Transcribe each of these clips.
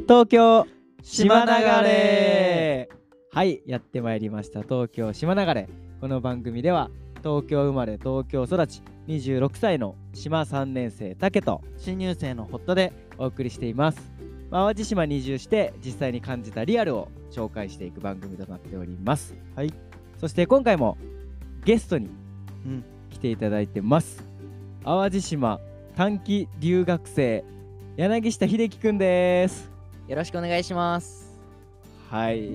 東京島流れ。はい、やってまいりました東京島流れ。この番組では東京生まれ東京育ち26歳の島3年生竹と新入生の堀田でお送りしています。淡路島に移住して実際に感じたリアルを紹介していく番組となっております。 はい。 そして今回もゲストに来ていただいてます。淡路島短期留学生柳下秀樹くんです。 よろしくお願いします。 はい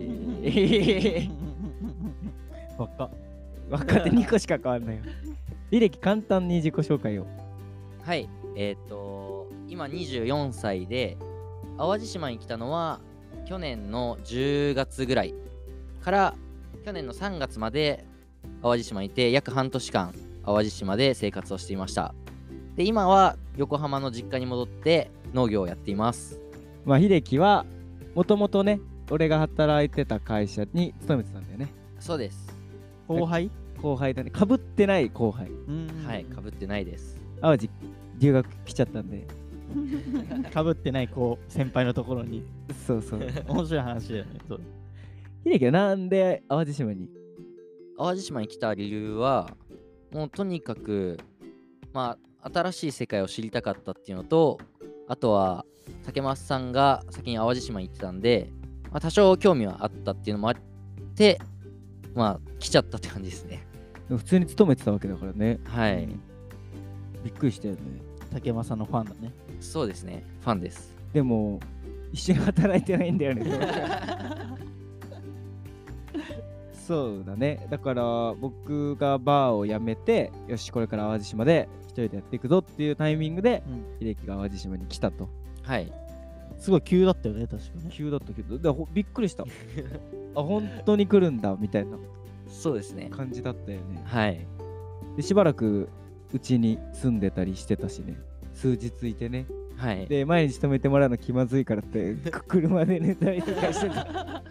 若手2個しか変わんないよ。秀樹、簡単に自己紹介を。 はい、今24歳で淡路島に来たのは去年の10月ぐらいから去年の3月まで淡路島にいて、約半年間淡路島で生活をしていました。で、今は横浜の実家に戻って農業をやっています。 まあ秀樹はもともとね、俺が働いてた会社に勤めてたんだよね。 そうです。 後輩だね。かぶってない後輩。 はい、かぶってないです。 淡路留学来ちゃったんで。 かぶってない先輩のところに。 そうそう面白い話だよね。そう秀樹はなんで淡路島に来た理由は、もうとにかく新しい世界を知りたかったっていうのと、あとは竹増さんが先に淡路島に行ってたんで、多少興味はあったっていうのもあって、来ちゃったって感じですね。 普通に勤めてたわけだからね。 はい、 びっくりしたよね。 竹正のファンだね。 そうですね、ファンです。 でも一緒に働いてないんだよねそうだね。だから僕がバーを辞めて、よしこれから淡路島で一人でやっていくぞっていうタイミングで、秀樹が淡路島に来たと。 はい。 すごい急だったよね、確かに。 急だったけど、びっくりした。あ、本当に来るんだみたいなそうですね。 感じだったよね。 はい。 でしばらくうちに住んでたりしてたしね。数日いてね。 はい。 で、毎日泊めてもらうの気まずいからって車で寝たりとかしてた。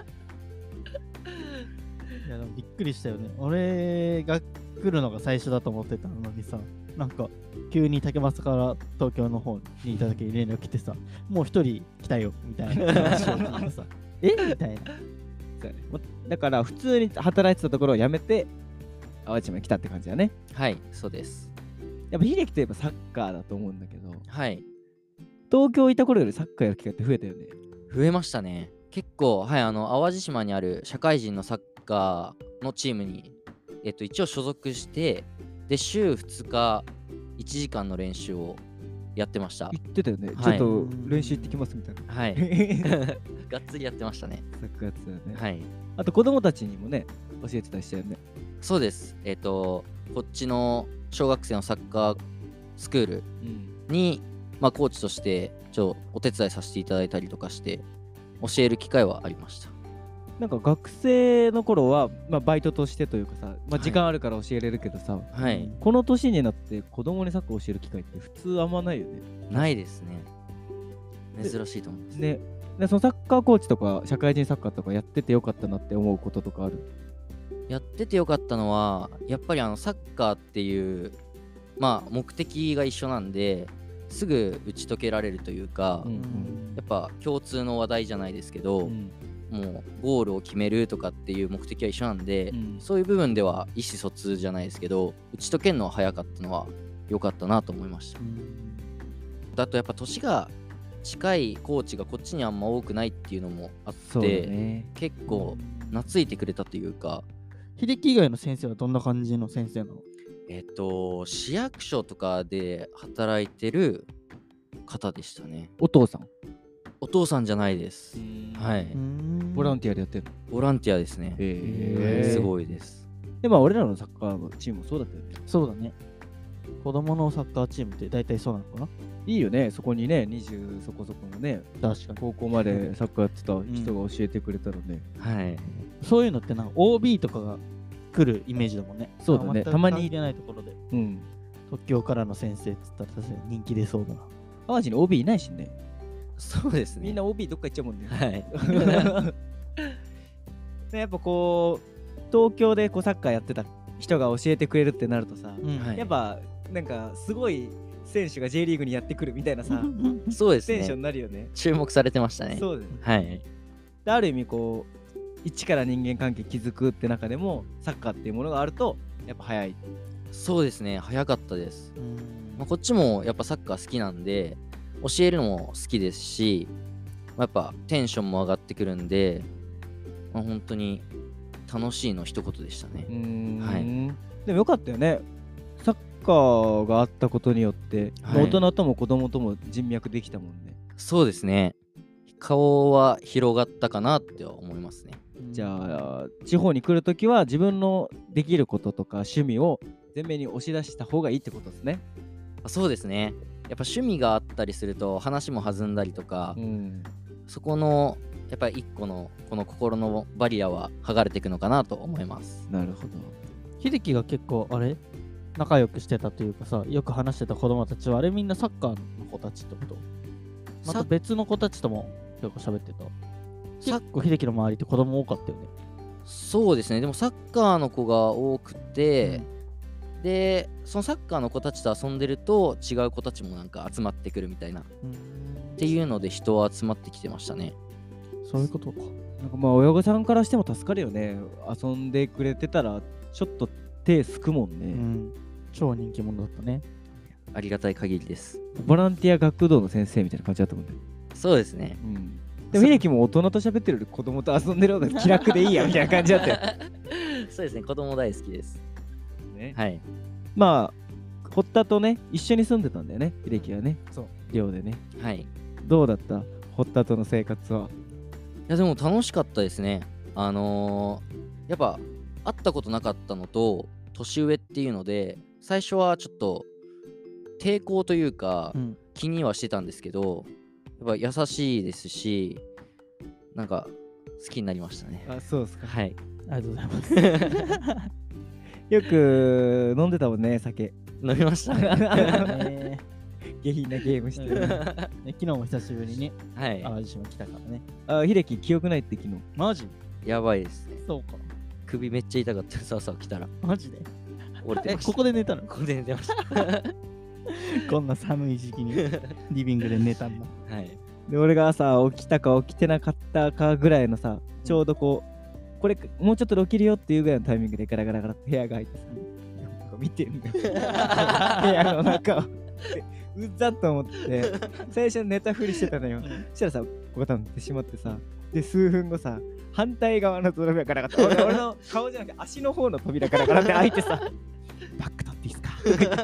いや、でもびっくりしたよね。俺が来るのが最初だと思ってたのにさ、なんか急に竹松から東京の方にいた時に連絡来てさ、もう一人来たよみたいな話を聞いてさみたいな。 だから普通に働いてたところを辞めて淡路島に来たって感じだね。 はい、そうです。 やっぱ秀樹といえばサッカーだと思うんだけど、 はい。 東京いた頃よりサッカーやる機会って増えたよね。 増えましたね。結構、はい、淡路島にある社会人のサッカーのチームに、一応所属して、で、週2日1時間の練習をやってました。 言ってたよね。 はい、 ちょっと練習行ってきますみたいな。 はい。がっつりやってましたね。 サッカーやってたよね。 はい。 あと子供たちにもね、教えてたりしたよね。 そうです。こっちの小学生のサッカースクールに、コーチとしてお手伝いさせていただいたりとかして教える機会はありました。 なんか学生の頃は、バイトとしてというかさ、時間あるから教えれるけどさ、 はい、 この年になって子供にサッカー教える機会って普通あんまないよね。 ないですね。珍しいと思いますね。でそのサッカーコーチとか社会人サッカーとかやっててよかったなって思うこととかある？ やっててよかったのはやっぱりサッカーっていう目的が一緒なんですぐ打ち解けられるというか、やっぱ共通の話題じゃないですけど、もうゴールを決めるとかっていう目的は一緒なんで、そういう部分では意思疎通じゃないですけど打ち解けるのは早かったのは良かったなと思いました。あとやっぱ年が近いコーチがこっちにあんま多くないっていうのもあって、結構懐いてくれたというか。 秀樹以外の先生はどんな感じの先生なの？ 市役所とかで働いてる方でしたね。 お父さん？ お父さんじゃないです。はい。 ボランティアでやってるの？ ボランティアですね。すごいです。 で俺らのサッカーチームもそうだったよね。 そうだね。子供のサッカーチームって大体そうなのかな？ いいよね。そこにね、20そこそこのね、 確かに高校までサッカーやってた人が教えてくれたらね。 はい。 そういうのってOB とかが来るイメージだもんね。 そうだね。たまに関係ないところで。特許からの先生って言ったら確かに人気出そうだな。 淡路に OB いないしね。 そうですね。 みんな OB どっか行っちゃうもんね。 はい。 やっぱ東京でサッカーやってた人が教えてくれるってなるとさ、やっぱなんかすごい選手が J リーグにやってくるみたいなさそうですテンションね。 になるよね。 注目されてましたね。 そうだよね。 はい。 である意味こう一から人間関係築くって中でもサッカーっていうものがあるとやっぱ早い。 そうですね。早かったです。まあ、こっちもやっぱサッカー好きなんで、教えるのも好きですし、まあ、やっぱテンションも上がってくるんで、まあ、本当に楽しいの一言でしたね。はい。 でもよかったよね。サッカーがあったことによって、 はい大人とも子供とも人脈できたもんね。 そうですね。顔は広がったかなっては思いますね。 じゃあ地方に来るときは自分のできることとか趣味を前面に押し出した方がいいってことですね。 そうですね。やっぱ趣味があったりすると話も弾んだりとか、そこのやっぱり一個のこの心のバリアは剥がれていくのかなと思います。 なるほど。 秀樹が結構あれ仲良くしてたというかさ、よく話してた子供たちはあれみんなサッカーの子たちってこと？また別の子たちとも結構喋ってた。結構秀樹の周りって子供多かったよね。 そうですね。でもサッカーの子が多くて、でそのサッカーの子たちと遊んでると違う子たちもなんか集まってくるみたいなっていうので人は集まってきてましたね。 そういうことか。 なんかまあ親御さんからしても助かるよね。遊んでくれてたらちょっと手すくもんね。 超人気者だったね。 ありがたい限りです。 ボランティア学童の先生みたいな感じだったもんね。 そうですね。 でも秀樹も大人と喋ってるより子供と遊んでる方が気楽でいいやみたいな感じだったよ。 そうですね。子供大好きです。 ね、 はい。 まあ堀田とね一緒に住んでたんだよね、秀樹はね。 そう。 寮でね。 はい。 どうだった堀田との生活は？ いやでも楽しかったですね。やっぱ会ったことなかったのと年上っていうので最初はちょっと抵抗というか、気にはしてたんですけど、やっぱ優しいですし、なんか好きになりましたね。 あ、そうですか。 はい。 ありがとうございます。 よく飲んでたもんね、酒。 飲みましたね。 下品なゲームしてる、 昨日も久しぶりにはい。 淡路島来たからね。 あ、秀樹記憶ないって昨日。 マジ？ やばいですね。 そうか。 首めっちゃ痛かったです。朝起きたら。 マジで？ 折れてました。 ここで寝たの？ ここで寝てました。 こんな寒い時期にリビングで寝たんだ。 はい。 で、俺が朝起きたか起きてなかったかぐらいのさ、ちょうどこう、これもうちょっとで起きるよっていうぐらいのタイミングでガラガラガラって部屋が入ってさ、なんか見てんだよ。部屋の中を。うっざっと思って、最初寝たふりしてたのよ。そしたらさ、ボタンってしまってさ、で、数分後さ、反対側の扉がガラガラって、俺の顔じゃなくて足の方の扉ガラガラって開いてさ、バック取っていいっすか？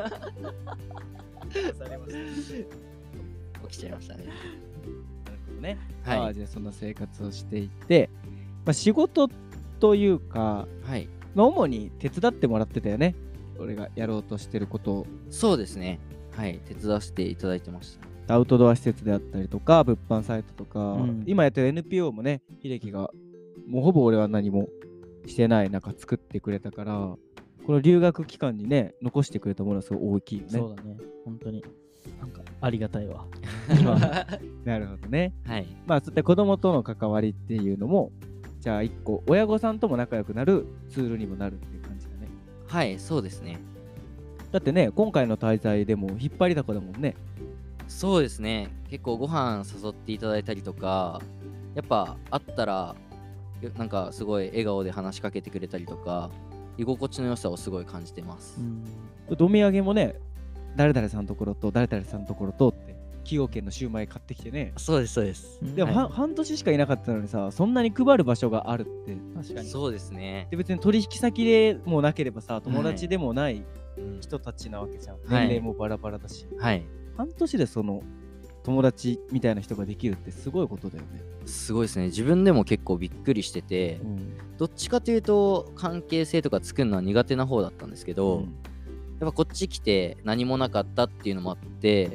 起きちゃいましたね。 なるほどね。 はい。 じゃあそんな生活をしていて、まあ、仕事というか、 はい。 まあ、主に手伝ってもらってたよね。俺がやろうとしてることを。 そうですね。はい。手伝わせていただいてました。 アウトドア施設であったりとか、物販サイトとか、今やってる NPO もね、秀樹が、もうほぼ俺は何もしてない中作ってくれたから、この留学期間にね、残してくれたものはすごい大きいよね。 そうだね。本当に。なんかありがたいわ。 なるほどね。 はい。 まあそういった子供との関わりっていうのも、じゃあ一個親御さんとも仲良くなるツールにもなるっていう感じだね。 はい、そうですね。 だってね、今回の滞在でも引っ張りだこだもんね。 そうですね。結構ご飯誘っていただいたりとか、やっぱ会ったらなんかすごい笑顔で話しかけてくれたりとか、居心地の良さをすごい感じてます。 お土産もね、誰々さんのところと誰々さんのところとって崎陽軒のシューマイ買ってきてね。 そうですそうです。 でも、半年しかいなかったのにさ、そんなに配る場所があるって。 確かに。 そうですね。 で別に取引先でもなければさ、友達でもない人たちなわけじゃん。年齢もバラバラだし。 はい。 半年でその友達みたいな人ができるってすごいことだよね。 すごいですね。自分でも結構びっくりしてて、どっちかというと関係性とか作るのは苦手な方だったんですけど、やっぱこっち来て何もなかったっていうのもあって、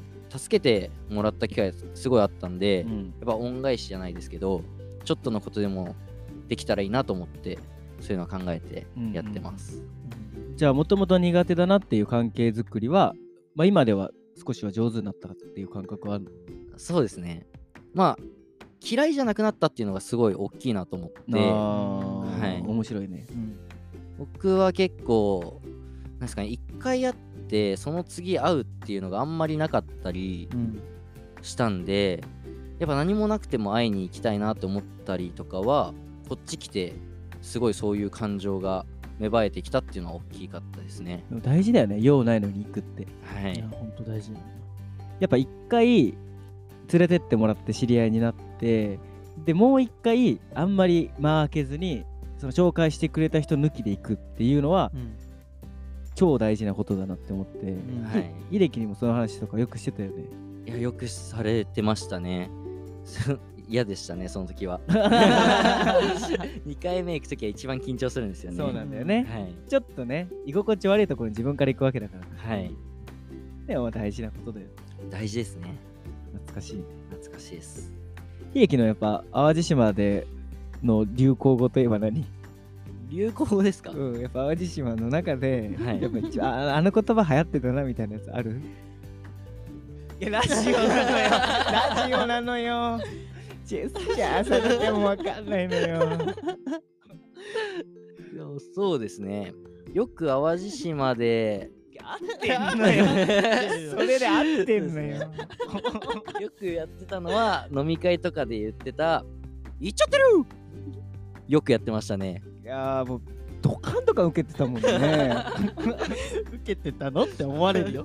助けてもらった機会すごいあったんで、やっぱ恩返しじゃないですけど、ちょっとのことでもできたらいいなと思って、そういうのを考えてやってます。 じゃあもともと苦手だなっていう関係づくりは、まあ、今では少しは上手になったっていう感覚はあるの？ そうですね。まあ嫌いじゃなくなったっていうのがすごい大きいなと思って、はい、 面白いね。 僕は結構なんですかね、一回やってその次会うっていうのがあんまりなかったりしたんで、やっぱ何もなくても会いに行きたいなって思ったりとかは、こっち来てすごいそういう感情が芽生えてきたっていうのは大きかったですね。 でも大事だよね、用ないのに行くって。 はいい。 や本当大事だよね。 やっぱ一回連れてってもらって知り合いになって、でもう一回あんまり間開けずにその紹介してくれた人抜きで行くっていうのは超大事なことだなって思って、 はい秀樹にもその話とかよくしてたよね。 いや、よくされてましたね。嫌でしたね、その時は。2回目行く時は一番緊張するんですよね。 そうなんだよね、 はいちょっとね居心地悪いところに自分から行くわけだから、 はい、 でも大事なことだよ。 大事ですね。 懐かしい。 懐かしいです。 秀樹のやっぱ淡路島での流行語といえば何？ 流行語ですか？ うん、やっぱ淡路島の中で、 はいやっぱあの言葉流行ってたなみたいなやつある？いやラジオなのよラジオなのよジェスチャーされてもわかんないのよ。 いや、そうですね。よく淡路島で合ってんのよそれで合ってんのよ。 よくやってたのは、飲み会とかで言ってた「言っちゃってる!」よくやってましたね。 いやもうドカンとか受けてたもんね。 受けてたのって思われるよ。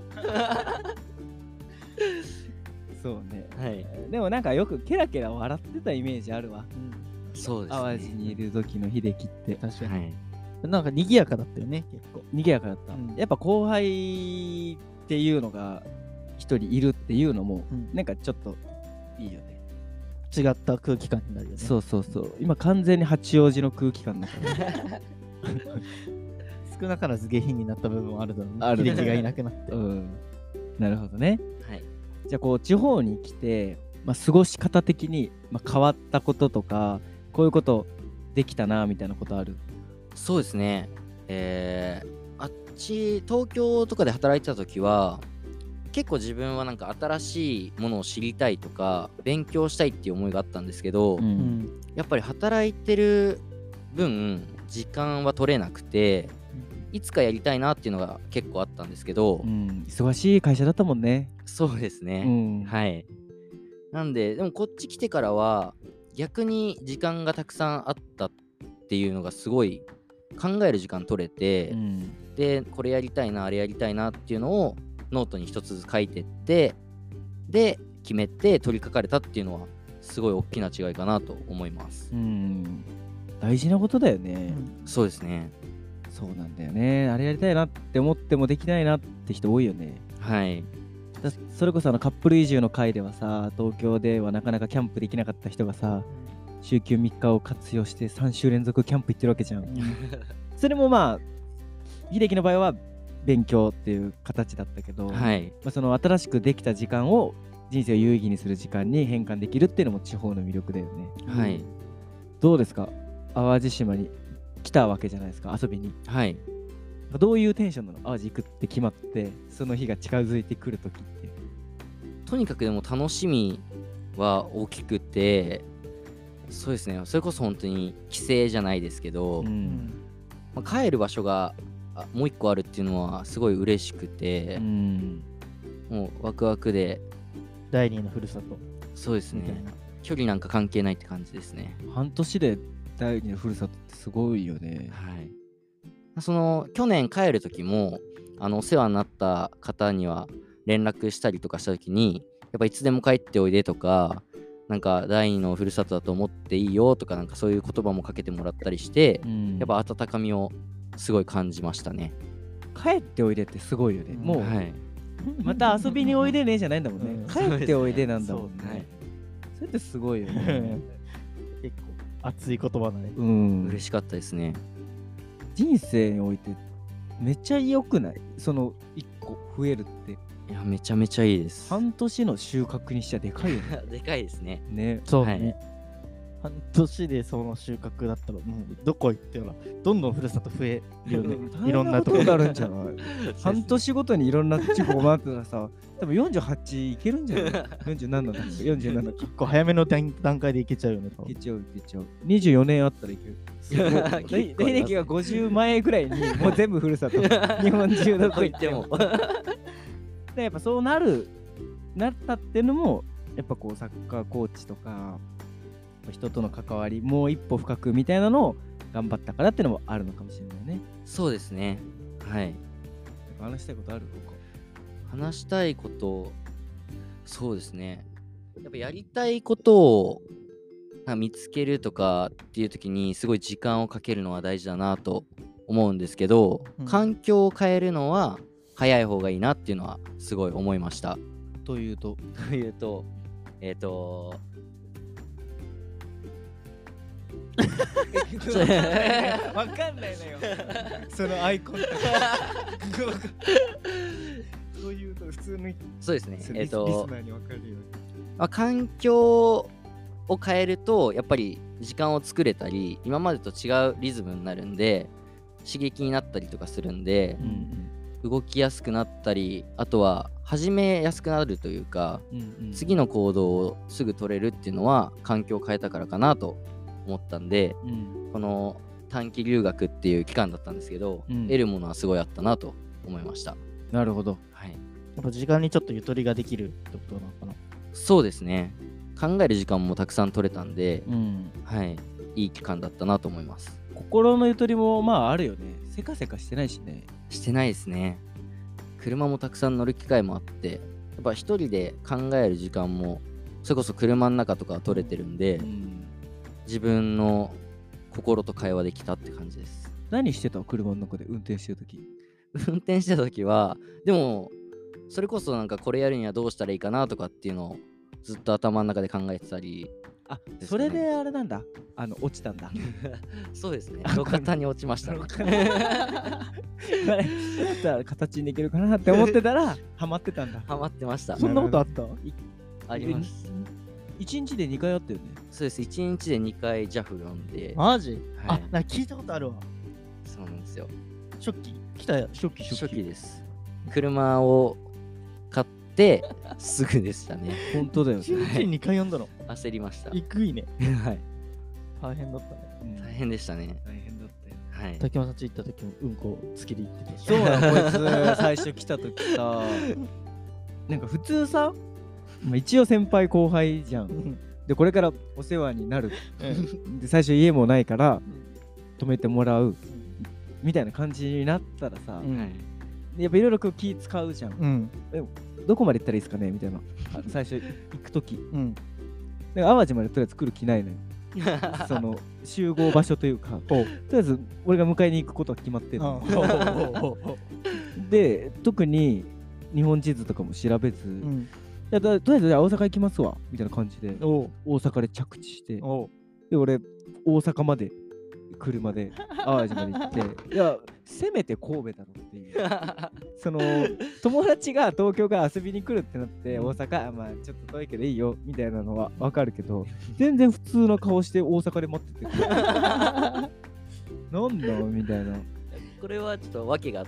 そうね。 はいでもなんかよくケラケラ笑ってたイメージあるわ。 そうですね。 淡路にいる時の秀樹って確かに、 はいなんか賑やかだったよね結構。 賑やかだった、 うんやっぱ後輩っていうのが一人いるっていうのも、 うんなんかちょっといいよね。 違った空気感になるよね。 そうそうそう。今完全に八王子の空気感だから。 少なからず下品になった部分はあるだろうね。 ある秀樹がいなくなって。 うん。なるほどね。 はい。 じゃあこう地方に来て、過ごし方的に、変わったこととか、こういうことできたなみたいなことある？ そうですね。あっち東京とかで働いてた時は結構自分はなんか新しいものを知りたいとか勉強したいっていう思いがあったんですけど、やっぱり働いてる分時間は取れなくて、いつかやりたいなっていうのが結構あったんですけど、 忙しい会社だったもんね。 そうですね、はい。なんででもこっち来てからは逆に時間がたくさんあったっていうのがすごい考える時間取れて、でこれやりたいなあれやりたいなっていうのをノートに一つずつ書いてって、で決めて取り掛かれたっていうのはすごい大きな違いかなと思います。 大事なことだよね。 そうですね。 そうなんだよね。あれやりたいなって思ってもできないなって人多いよね。 はい。 それこそカップル移住の回ではさ、東京ではなかなかキャンプできなかった人がさ、週休3日を活用して3週連続キャンプ行ってるわけじゃん。それも秀樹の場合は勉強っていう形だったけど、 はい。 その新しくできた時間を人生を有意義にする時間に変換できるっていうのも地方の魅力だよね。 はい。 どうですか？淡路島に来たわけじゃないですか、遊びに。 はい。 どういうテンションなの？淡路行くって決まってその日が近づいてくるときって。 とにかくでも楽しみは大きくて、そうですね、それこそ本当に帰省じゃないですけど、帰る場所がもう一個あるっていうのはすごい嬉しくて、もうワクワクで。 第二のふるさと。 そうですね、距離なんか関係ないって感じですね。 半年で第二のふるさとってすごいよね。 はい。その去年帰る時もお世話になった方には連絡したりとかした時に、やっぱいつでも帰っておいでとか、なんか第二のふるさとだと思っていいよとか、なんかそういう言葉もかけてもらったりして、やっぱ温かみをすごい感じましたね。 帰っておいでってすごいよね。もう、 はい、 また遊びにおいでねじゃないんだもんね。帰っておいでなんだもんね。 はい、 それってすごいよね。 結構熱い言葉だね。 嬉しかったですね。 人生においてめっちゃ良くない？その1個増えるって。 いや、めちゃめちゃいいです。 半年の収穫にしちゃでかいよね。 でかいですね。 ね。 そうね。 半年でその収穫だったらもうどこ行ってもどんどんふるさと増えるよね。いろんなところがあるんじゃない半年ごとにいろんな地方回ってたらさ、多分48いけるんじゃない ?47 だっけ ?47 だっけ結構早めの段階で行けちゃうよね。多分いけちゃういけちゃう。24年あったらいける。 結構レ歴が50前ぐらいにもう全部ふるさと。日本中どこ行っても。でやっぱそうなったっていうのも、やっぱこうサッカーコーチとか人との関わりもう一歩深くみたいなのを頑張ったからっていうのもあるのかもしれないね。 そうですね。はい。 話したいことある？ 話したいこと、そうですね。やっぱやりたいことを見つけるとかっていう時にすごい時間をかけるのは大事だなと思うんですけど、環境を変えるのは早い方がいいなっていうのはすごい思いました。 というとわかんないのよそのアイコンとかそういうと普通のそうですね。 リスナーにわかるように、 環境を変えるとやっぱり時間を作れたり今までと違うリズムになるんで刺激になったりとかするんで、動きやすくなったり、あとは始めやすくなるというか、次の行動をすぐ取れるっていうのは環境を変えたからかなと思ったんで、この短期留学っていう期間だったんですけど、得るものはすごいあったなと思いました。 なるほど。 はい。 やっぱ時間にちょっとゆとりができるってことなのかな。 そうですね。考える時間もたくさん取れたんで、はい、いい期間だったなと思います。 心のゆとりもまああるよね。せかせかしてないしね。 してないですね。車もたくさん乗る機会もあって、やっぱ一人で考える時間もそれこそ車の中とかは取れてるんで、自分の心と会話できたって感じです。 何してたの？車の中で運転してるとき。 運転してたときはでもそれこそなんかこれやるにはどうしたらいいかなとかっていうのをずっと頭の中で考えてたり、 あ、それであれなんだ、落ちたんだそうですね、路肩に落ちましたね形にできるかなって思ってたらハマってたんだ。 ハマってました。 そんなことあった？ あります。 1日で2回あったよね。 そうです、1日で2回 JAF 読んで。 マジ？ はい、 なんか聞いたことあるわ。 そうなんですよ。 初期来たよ。 初期です。車を買ってすぐでしたね。 本当だよね。 1日に2回読んだの。 焦りました。 いくいね。 はい。 大変だったね。 大変でしたね。 大変だったよ。 はい。 竹山さん家行った時もうんこつけり行ってたし。 そうなの、こいつ最初来た時さ、なんか普通さ、一応先輩後輩じゃん。でこれからお世話になる。で最初家もないから泊めてもらうみたいな感じになったらさ、やっぱいろいろ気使うじゃん。どこまで行ったらいいですかねみたいな。最初行く時。淡路までとりあえず来る気ないのよ。その集合場所というか、とりあえず俺が迎えに行くことは決まってるの。で特に日本地図とかも調べず、とりあえず大阪行きますわみたいな感じで大阪で着地して、で俺大阪まで車で淡路まで行っていやせめて神戸だろっていうその友達が東京から遊びに来るってなって大阪まあちょっと遠いけどいいよみたいなのは分かるけど全然普通の顔して大阪で待っててなんだみたいな。 これはちょっと訳があって、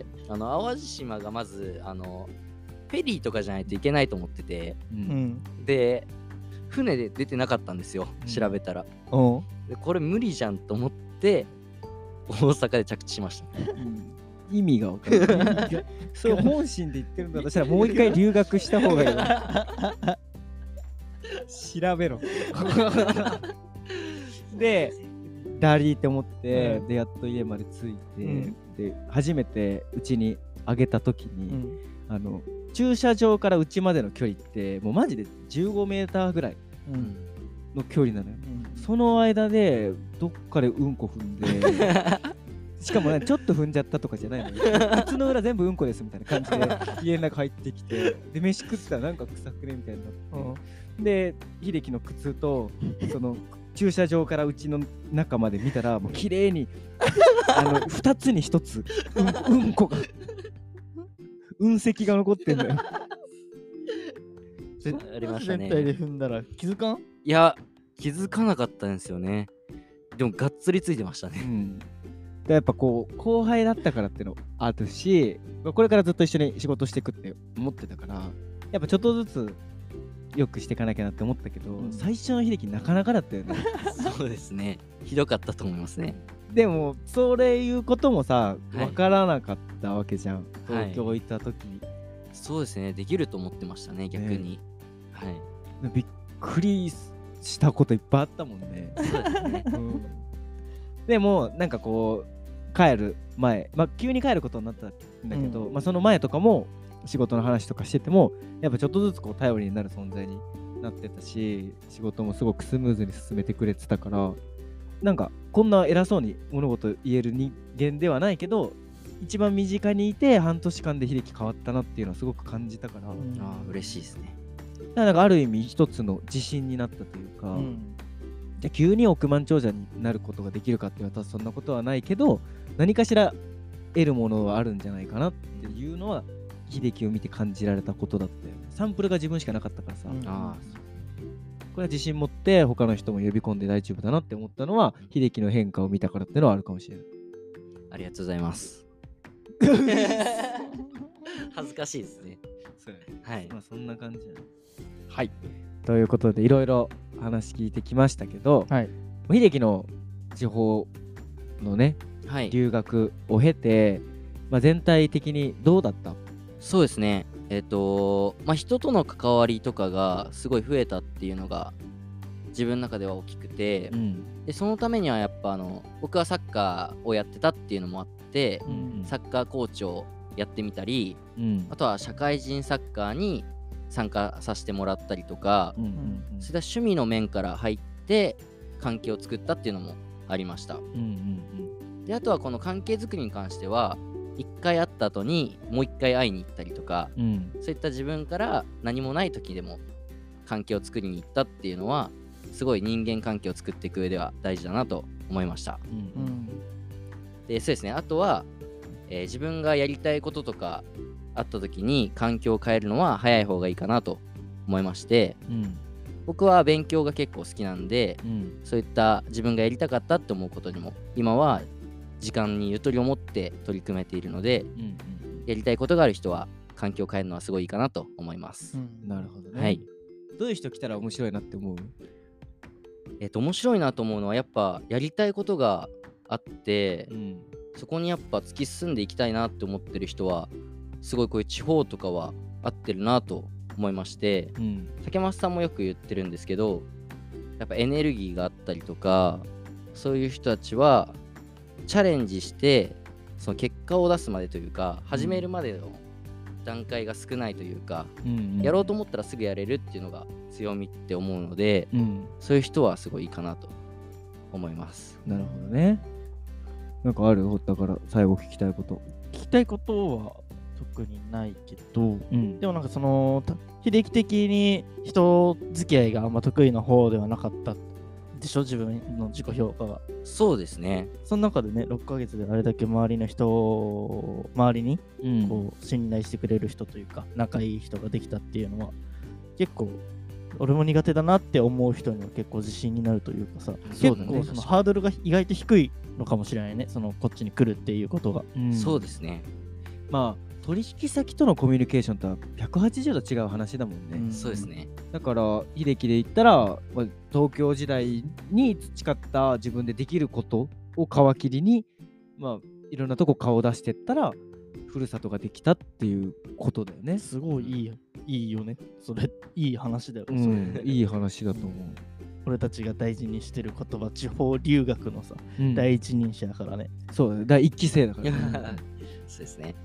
淡路島がまずフェリーとかじゃないといけないと思ってて、で船で出てなかったんですよ、調べたら。でこれ無理じゃんと思って大阪で着地しました、 意味が分からない。そう本心で言ってるんだとしたらもう一回留学した方がいいわ。調べろ。でダリーって思って、でやっと家まで着いて、で初めてうちにあげた時に、駐車場からうちまでの距離ってもうマジで15メーターぐらいの距離なのよ。その間でどっかでうんこ踏んでしかもねちょっと踏んじゃったとかじゃないのよ。靴の裏全部うんこですみたいな感じで家の中入ってきて、で飯食ったらなんか臭くねみたいになって、で秀樹の靴とその駐車場からうちの中まで見たらもう綺麗に2つに1つうんこが運石が残ってんだよ。 ありましたね。 全体で踏んだら気づかん？ いや気づかなかったんですよね。でもがっつりついてましたね。 でやっぱこう後輩だったからっていうのあるし、これからずっと一緒に仕事していくって思ってたから、やっぱちょっとずつ良くしていかなきゃなって思ったけど、最初の秀樹なかなかだったよね。 そうですね。ひどかったと思いますね。 でもそれいうこともさ分からなかったわけじゃん、東京行った時に。 そうですね。できると思ってましたね、逆に。 びっくりしたこといっぱいあったもんね。 そうですね。 でもなんかこう帰る前、急に帰ることになったんだけど、その前とかも仕事の話とかしててもやっぱちょっとずつこう頼りになる存在になってたし、仕事もすごくスムーズに進めてくれてたから、なんかこんな偉そうに物事言える人間ではないけど、一番身近にいて半年間で秀樹変わったなっていうのはすごく感じたから、 嬉しいですね。 なんかある意味一つの自信になったというか、じゃあ急に億万長者になることができるかって言われたらそんなことはないけど、何かしら得るものはあるんじゃないかなっていうのは秀樹を見て感じられたことだったよね。サンプルが自分しかなかったからさ、これは自信持って他の人も呼び込んで大丈夫だなって思ったのは秀樹の変化を見たからっていうのはあるかもしれない。 ありがとうございます。恥ずかしいですね。はい。 そんな感じじゃない。はい。ということでいろいろ話聞いてきましたけど、秀樹の地方のね、留学を経て、全体的にどうだった？ そうですね。人との関わりとかがすごい増えたっていうのが自分の中では大きくて、でそのためにはやっぱ僕はサッカーをやってたっていうのもあって、サッカーコーチをやってみたり、あとは社会人サッカーに参加させてもらったりとか、そういった趣味の面から入って関係を作ったっていうのもありました。であとはこの関係づくりに関しては1回会った後にもう1回会いに行ったりとか、そういった自分から何もない時でも関係を作りに行ったっていうのはすごい人間関係を作っていく上では大事だなと思いました。でそうですね。あとは、自分がやりたいこととかあった時に環境を変えるのは早い方がいいかなと思いまして、僕は勉強が結構好きなんで、そういった自分がやりたかったって思うことにも今は時間にゆとりを持って取り組めているので、やりたいことがある人は環境を変えるのはすごいいいかなと思います。 なるほどね。どういう人来たら面白いなって思う？ 面白いなと思うのはやっぱやりたいことがあって、そこにやっぱ突き進んでいきたいなって思ってる人はすごいこういう地方とかは合ってるなと思いまして、竹増さんもよく言ってるんですけど、やっぱエネルギーがあったりとか、そういう人たちはチャレンジしてその結果を出すまでというか、始めるまでの段階が少ないというか、やろうと思ったらすぐやれるっていうのが強みって思うので、そういう人はすごいいいかなと思います。 なるほどね。なんかある？だから最後聞きたいこと。 聞きたいことは特にないけど、でもなんかその秀樹的に人付き合いがあんま得意な方ではなかったでしょ、自分の自己評価が。 そうですね。 その中でね、6ヶ月であれだけ周りの人を周りにこう信頼してくれる人というか仲いい人ができたっていうのは結構俺も苦手だなって思う人には結構自信になるというかさ、結構そのハードルが意外と低いのかもしれないね、そのこっちに来るっていうことが。 そうですね。 取引先とのコミュニケーションとは180度違う話だもんね。 そうですね。 だから秀樹で言ったら、東京時代に培った自分でできることを皮切りに、いろんなとこ顔を出してったらふるさとができたっていうことだよね。 すごいいいよね。それいい話だよ。 いい話だと思う。 俺たちが大事にしてる言葉、地方留学のさ、第一人者だからね。 そうだね。第一期生だからね。 そうですね。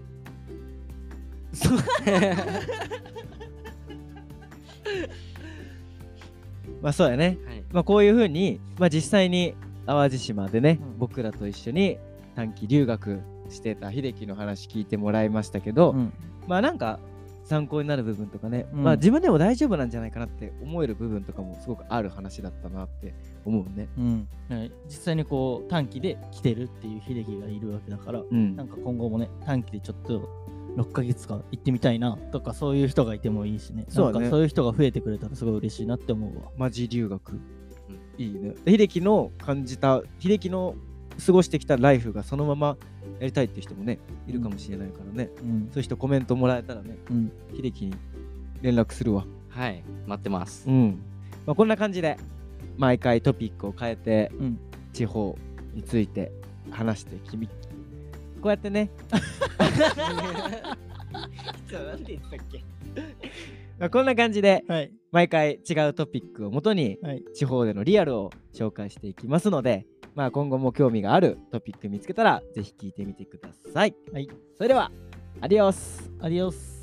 そうやね。こういう風に、実際に淡路島でね、僕らと一緒に短期留学してた秀樹の話聞いてもらいましたけど、なんか参考になる部分とかね、自分でも大丈夫なんじゃないかなって思える部分とかもすごくある話だったなって思うね。 実際にこう短期で来てるっていう秀樹がいるわけだから、なんか今後もね短期でちょっと6ヶ月間行ってみたいなとか、そういう人がいてもいいしね。そういう人が増えてくれたらすごい嬉しいなって思うわ。 マジ留学。 いいね。秀樹の感じた、秀樹の過ごしてきたライフがそのままやりたいっていう人もねいるかもしれないからね、そういう人コメントもらえたらね、秀樹に連絡するわ。 はい、待ってます。 まあ、こんな感じで毎回トピックを変えて、地方について話してこうやってねなんで言ったっけまあこんな感じで、毎回違うトピックをもとに、地方でのリアルを紹介していきますので、まあ、今後も興味があるトピック見つけたらぜひ聞いてみてください。それではアディオス。